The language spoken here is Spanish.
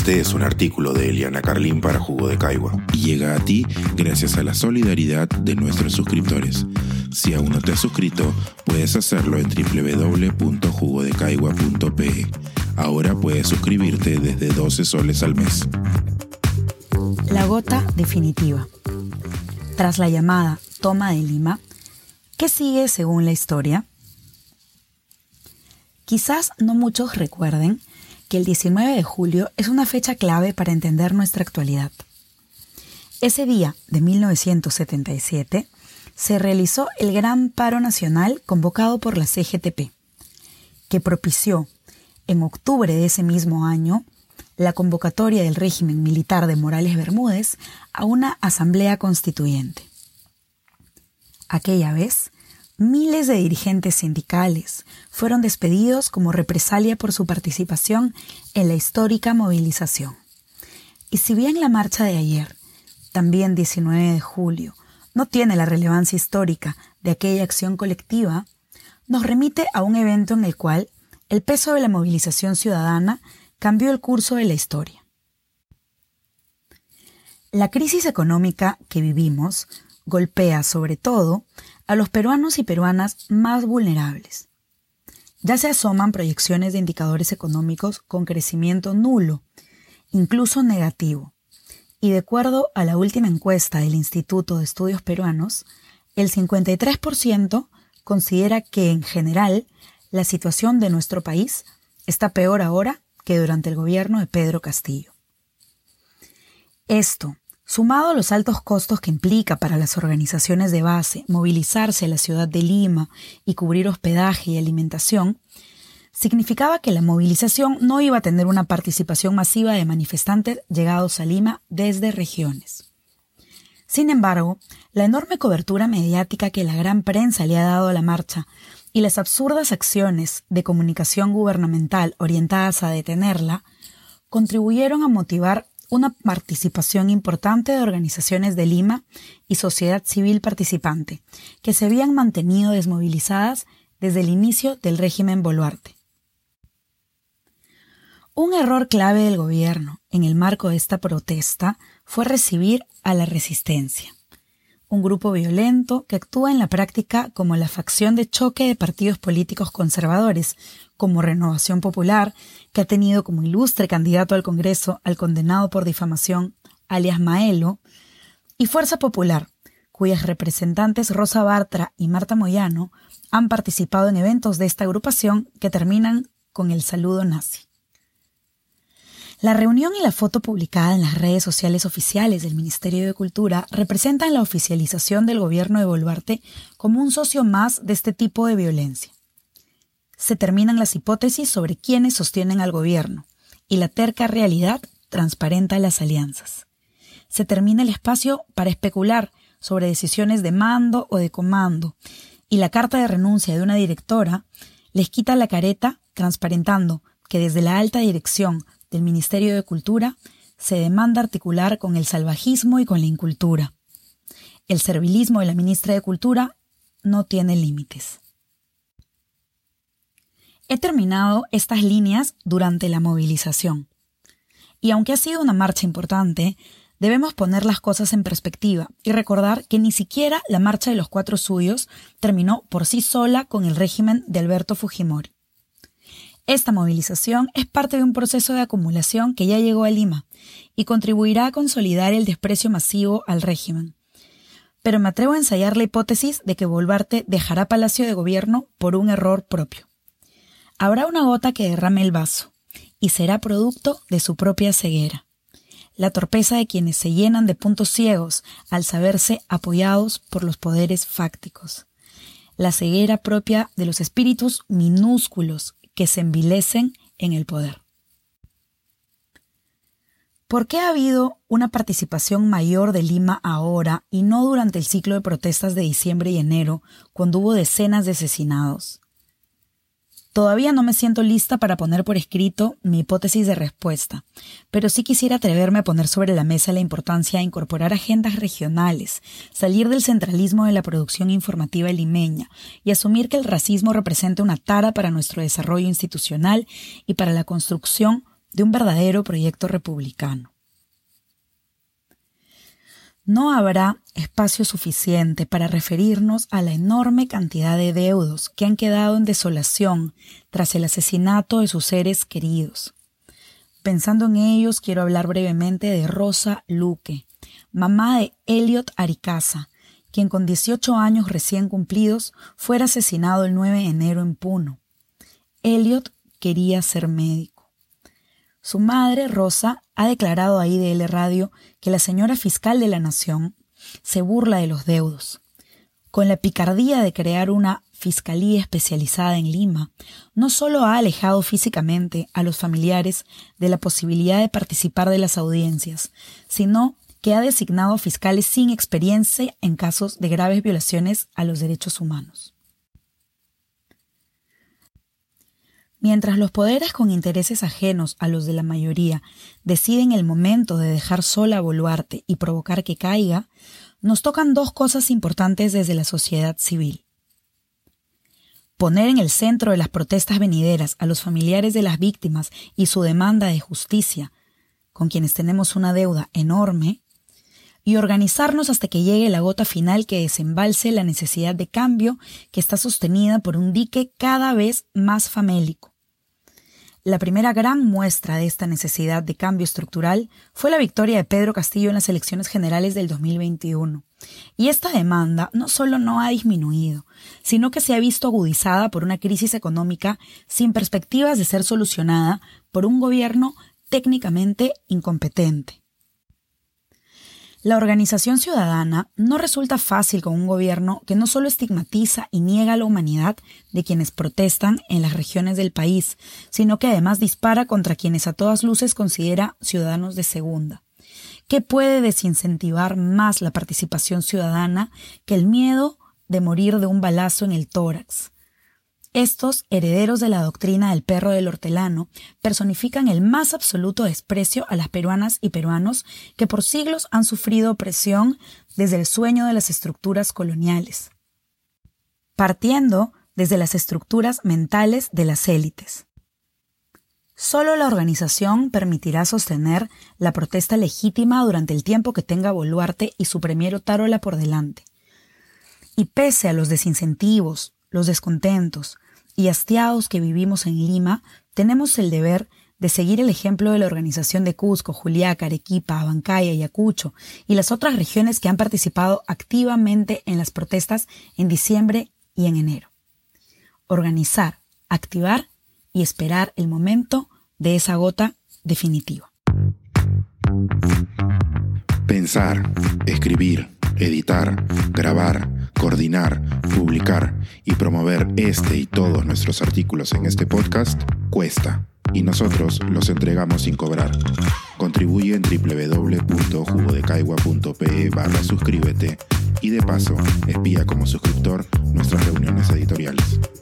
Este es un artículo de Eliana Carlín para Jugo de Caigua y llega a ti gracias a la solidaridad de nuestros suscriptores. Si aún no te has suscrito, puedes hacerlo en www.jugodecaigua.pe. Ahora puedes suscribirte desde 12 soles al mes. La gota definitiva. Tras la llamada toma de Lima, ¿qué sigue según la historia? Quizás no muchos recuerden que el 19 de julio es una fecha clave para entender nuestra actualidad. Ese día de 1977 se realizó el Gran Paro Nacional convocado por la CGTP, que propició en octubre de ese mismo año la convocatoria del régimen militar de Morales Bermúdez a una asamblea constituyente. Aquella vez, miles de dirigentes sindicales fueron despedidos como represalia por su participación en la histórica movilización. Y si bien la marcha de ayer, también 19 de julio, no tiene la relevancia histórica de aquella acción colectiva, nos remite a un evento en el cual el peso de la movilización ciudadana cambió el curso de la historia. La crisis económica que vivimos golpea sobre todo a los peruanos y peruanas más vulnerables. Ya se asoman proyecciones de indicadores económicos con crecimiento nulo, incluso negativo, y de acuerdo a la última encuesta del Instituto de Estudios Peruanos, el 53% considera que en general la situación de nuestro país está peor ahora que durante el gobierno de Pedro Castillo. Esto, sumado a los altos costos que implica para las organizaciones de base movilizarse a la ciudad de Lima y cubrir hospedaje y alimentación, significaba que la movilización no iba a tener una participación masiva de manifestantes llegados a Lima desde regiones. Sin embargo, la enorme cobertura mediática que la gran prensa le ha dado a la marcha y las absurdas acciones de comunicación gubernamental orientadas a detenerla contribuyeron a motivar una participación importante de organizaciones de Lima y sociedad civil participante, que se habían mantenido desmovilizadas desde el inicio del régimen Boluarte. Un error clave del gobierno en el marco de esta protesta fue recibir a la resistencia, un grupo violento que actúa en la práctica como la facción de choque de partidos políticos conservadores, como Renovación Popular, que ha tenido como ilustre candidato al Congreso al condenado por difamación, alias Maelo, y Fuerza Popular, cuyas representantes Rosa Bartra y Marta Moyano han participado en eventos de esta agrupación que terminan con el saludo nazi. La reunión y la foto publicada en las redes sociales oficiales del Ministerio de Cultura representan la oficialización del gobierno de Boluarte como un socio más de este tipo de violencia. Se terminan las hipótesis sobre quiénes sostienen al gobierno y la terca realidad transparenta las alianzas. Se termina el espacio para especular sobre decisiones de mando o de comando y la carta de renuncia de una directora les quita la careta transparentando que desde la alta dirección del Ministerio de Cultura se demanda articular con el salvajismo y con la incultura. El servilismo de la ministra de Cultura no tiene límites. He terminado estas líneas durante la movilización. Y aunque ha sido una marcha importante, debemos poner las cosas en perspectiva y recordar que ni siquiera la marcha de los 4 suyos terminó por sí sola con el régimen de Alberto Fujimori. Esta movilización es parte de un proceso de acumulación que ya llegó a Lima y contribuirá a consolidar el desprecio masivo al régimen. Pero me atrevo a ensayar la hipótesis de que Boluarte dejará Palacio de Gobierno por un error propio. Habrá una gota que derrame el vaso y será producto de su propia ceguera. La torpeza de quienes se llenan de puntos ciegos al saberse apoyados por los poderes fácticos. La ceguera propia de los espíritus minúsculos que se envilecen en el poder. ¿Por qué ha habido una participación mayor de Lima ahora y no durante el ciclo de protestas de diciembre y enero, cuando hubo decenas de asesinados? Todavía no me siento lista para poner por escrito mi hipótesis de respuesta, pero sí quisiera atreverme a poner sobre la mesa la importancia de incorporar agendas regionales, salir del centralismo de la producción informativa limeña y asumir que el racismo representa una tara para nuestro desarrollo institucional y para la construcción de un verdadero proyecto republicano. No habrá espacio suficiente para referirnos a la enorme cantidad de deudos que han quedado en desolación tras el asesinato de sus seres queridos. Pensando en ellos, quiero hablar brevemente de Rosa Luque, mamá de Elliot Aricaza, quien con 18 años recién cumplidos fuera asesinado el 9 de enero en Puno. Elliot quería ser médico. Su madre, Rosa, ha declarado a IDL Radio que la señora fiscal de la Nación se burla de los deudos. Con la picardía de crear una fiscalía especializada en Lima, no solo ha alejado físicamente a los familiares de la posibilidad de participar de las audiencias, sino que ha designado fiscales sin experiencia en casos de graves violaciones a los derechos humanos. Mientras los poderes con intereses ajenos a los de la mayoría deciden el momento de dejar sola a Boluarte y provocar que caiga, nos tocan dos cosas importantes desde la sociedad civil. Poner en el centro de las protestas venideras a los familiares de las víctimas y su demanda de justicia, con quienes tenemos una deuda enorme, y organizarnos hasta que llegue la gota final que desembalse la necesidad de cambio que está sostenida por un dique cada vez más famélico. La primera gran muestra de esta necesidad de cambio estructural fue la victoria de Pedro Castillo en las elecciones generales del 2021. Y esta demanda no solo no ha disminuido, sino que se ha visto agudizada por una crisis económica sin perspectivas de ser solucionada por un gobierno técnicamente incompetente. La organización ciudadana no resulta fácil con un gobierno que no solo estigmatiza y niega la humanidad de quienes protestan en las regiones del país, sino que además dispara contra quienes a todas luces considera ciudadanos de segunda. ¿Qué puede desincentivar más la participación ciudadana que el miedo de morir de un balazo en el tórax? Estos, herederos de la doctrina del perro del hortelano, personifican el más absoluto desprecio a las peruanas y peruanos que por siglos han sufrido opresión desde el sueño de las estructuras coloniales, partiendo desde las estructuras mentales de las élites. Solo la organización permitirá sostener la protesta legítima durante el tiempo que tenga Boluarte y su premier Otárola por delante. Y pese a los desincentivos, los descontentos y hastiados que vivimos en Lima, tenemos el deber de seguir el ejemplo de la organización de Cusco, Juliaca, Arequipa, Abancaya, Ayacucho y las otras regiones que han participado activamente en las protestas en diciembre y en enero. Organizar, activar y esperar el momento de esa gota definitiva. Pensar, escribir, editar, grabar, coordinar, publicar y promover este y todos nuestros artículos en este podcast cuesta, y nosotros los entregamos sin cobrar. Contribuye en www.jugodecaigua.pe/suscríbete y de paso espía como suscriptor nuestras reuniones editoriales.